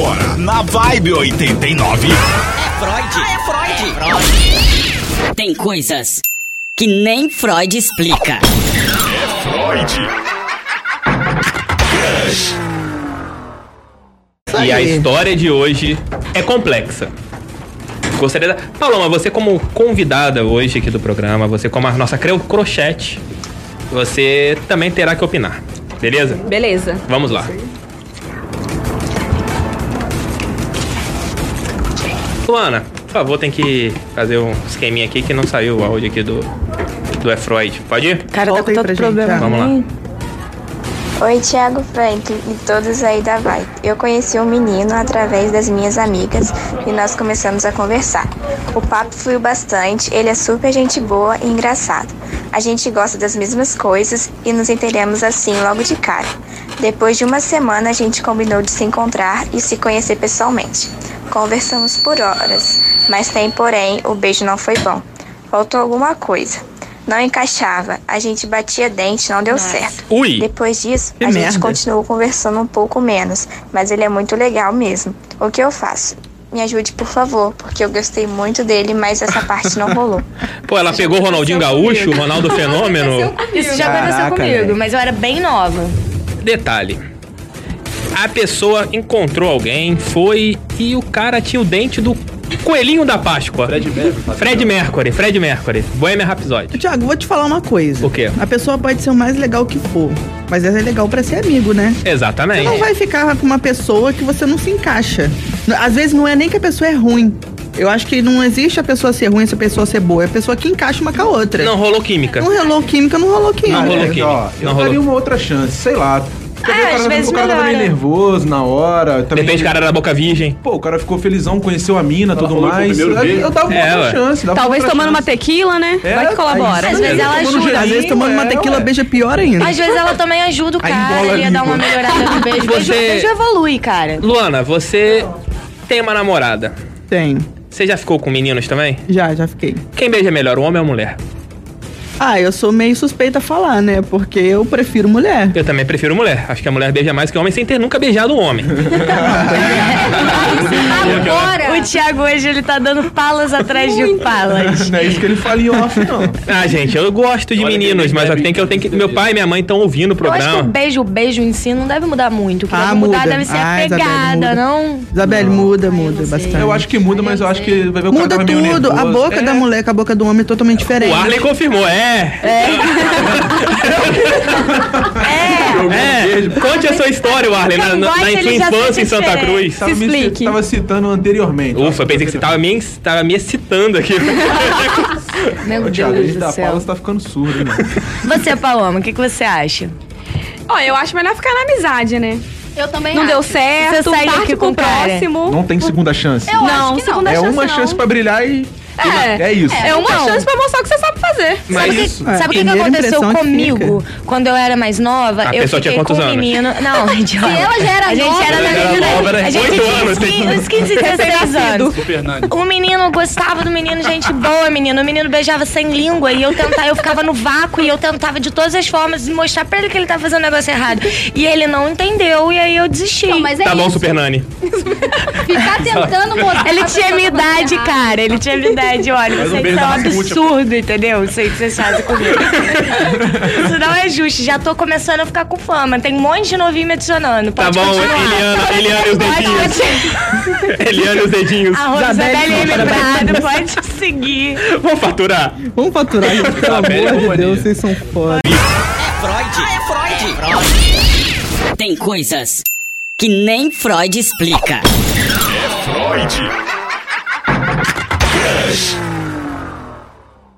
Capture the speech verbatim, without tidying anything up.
Agora, na Vibe oitenta e nove. É Freud. Ah, é Freud. É Freud. Tem coisas que nem Freud explica. É Freud. E a história de hoje é complexa. Gostaria da... Paloma, você como convidada hoje aqui do programa, você como a nossa crochete, você também terá que opinar. Beleza? Beleza. Vamos lá. Luana, por favor, tem que fazer um esqueminha aqui que não saiu o áudio aqui do, do É Freud. Pode ir? Cara, tá com tanto problema. Vamos lá. Oi, Thiago Franklin e todos aí da Vibe. Eu conheci um menino através das minhas amigas e nós começamos a conversar. O papo fluiu bastante, ele é super gente boa e engraçado. A gente gosta das mesmas coisas e nos entendemos assim logo de cara. Depois de uma semana, a gente combinou de se encontrar e se conhecer pessoalmente. Conversamos por horas, mas tem porém, o beijo não foi bom. Faltou alguma coisa. Não encaixava, a gente batia dente, não deu Nossa. certo. Ui. Depois disso, Que a merda. gente continuou conversando um pouco menos, mas ele é muito legal mesmo. O que eu faço? Me ajude, por favor, porque eu gostei muito dele, mas essa parte não rolou. Pô, ela pegou o Ronaldinho Gaúcho, o Ronaldo Fenômeno. Isso já aconteceu Caraca, comigo, velho. mas eu era bem nova. Detalhe. A pessoa encontrou alguém, foi e o cara tinha o dente do coelhinho da Páscoa. Fred Mercury. Fred Mercury, Fred Mercury. Bohemian Rhapsody. Tiago, vou te falar uma coisa. O quê? A pessoa pode ser o mais legal que for, mas ela é legal pra ser amigo, né? Você Exatamente. não vai ficar com uma pessoa que você não se encaixa. Às vezes não é nem que a pessoa é ruim. Eu acho que não existe a pessoa ser ruim e a pessoa ser boa. É a pessoa que encaixa uma com a outra. Não rolou química. Não rolou química, não rolou química. Não rolou Mas, química. ó, eu Não daria rolou. uma outra chance, sei lá. Porque É, o às cara, vezes o cara tava meio melhora. nervoso na hora. Também, Depende, cara, era da boca virgem. Pô, o cara ficou felizão, conheceu a mina, tudo falou que foi o mais. primeiro Eu, beijo. eu dava uma É, outra ué. chance. dava Talvez outra tomando uma chance. tequila, né? É, Vai que colabora. aí, Às vezes ela tomando ajuda. Às vezes tomando uma é, tequila ué. beija pior ainda. Às vezes ela também ajuda o Aí cara, embola a ele ia dar uma língua. melhorada no beijo. Beijo, Você- beijo evolui, cara. Luana, você tem uma namorada. Tem. Você já ficou com meninos também? Já, já fiquei. Quem beija melhor, o homem ou a mulher? Ah, eu sou meio suspeita a falar, né? Porque eu prefiro mulher. Eu também prefiro mulher. Acho que a mulher beija mais que o homem sem ter nunca beijado um homem. Agora, o Thiago hoje, ele tá dando palas atrás de palas. Não é isso que ele fala em off, não. Ah, gente, eu gosto de Olha, meninos, tem mas eu bebe- tenho que, eu tenho que. Meu pai e minha mãe estão ouvindo o Eu acho que o programa. beijo, o beijo em si não deve mudar muito. O que Ah, deve mudar muda. deve ser Ah, a Isabelle, pegada, muda. não? Isabelle, muda, muda bastante. Eu acho que muda, mas eu acho que vai ver o cara Muda tava meio tudo. A nervoso. boca É. da mulher com a boca do homem é totalmente diferente. O Arley confirmou, é. É. Conte a sua história, Arley, na, na, Quem na gosta, sua ele já infância sente em Santa diferente. Cruz. Tava, me, explique. tava citando anteriormente. Ufa, eu pensei que você tava me, tava me excitando aqui. Meu Ô, Thiago, a Deus gente do da céu. Paula, você tá ficando surdo, hein, mano? Você, Paloma, o que, que você acha? Ó, eu acho melhor ficar na amizade, né? Eu também Não acho. deu certo, Você saiu parte aqui pro com o cara. próximo. Não tem segunda chance. Eu não, acho que não. segunda É chance uma não. chance pra brilhar e... É, É isso. É uma Então. chance pra mostrar o que você sabe fazer. Mas Sabe o que, isso. sabe o que, que Primeira aconteceu impressão é que comigo quando eu era mais nova? A eu pessoa fiquei tinha com quantos um anos? menino. Não, idiota. Se ela já era a gente nova, era ela da era menina. nova, era A gente oito tinha anos, uns quinze, uns quinze, dezesseis anos. Super Nani. O menino gostava do menino, gente boa, menino. O menino beijava sem língua e eu tentava, eu ficava no vácuo e eu tentava de todas as formas mostrar pra ele que ele tava fazendo um negócio errado. E ele não entendeu e aí eu desisti. Não, mas é Tá bom, isso. Super Nani. Ficar tentando mostrar. Ele pra tinha pessoa minha que tá fazendo idade, errado. cara. Ele tinha minha idade. Olha, Mas um vocês beijo são da Rasputia. absurdo, entendeu? Isso aí que vocês fazem comigo. Isso não é justo. Já tô começando a ficar com fama. Tem um monte de novinho me adicionando. Tá Pode bom, continuar. Eliana, Eliana e os Pode dedinhos. continuar. Eliana e os dedinhos. Arroba Isabelle, Isabelle M. parabéns. Prado, pode seguir. Vamos faturar. Vamos faturar, gente. Pelo Isabelle amor de companhia. Deus, vocês são foda. É Freud. Ah, é Freud. É Freud. Tem coisas que nem Freud explica. Freud.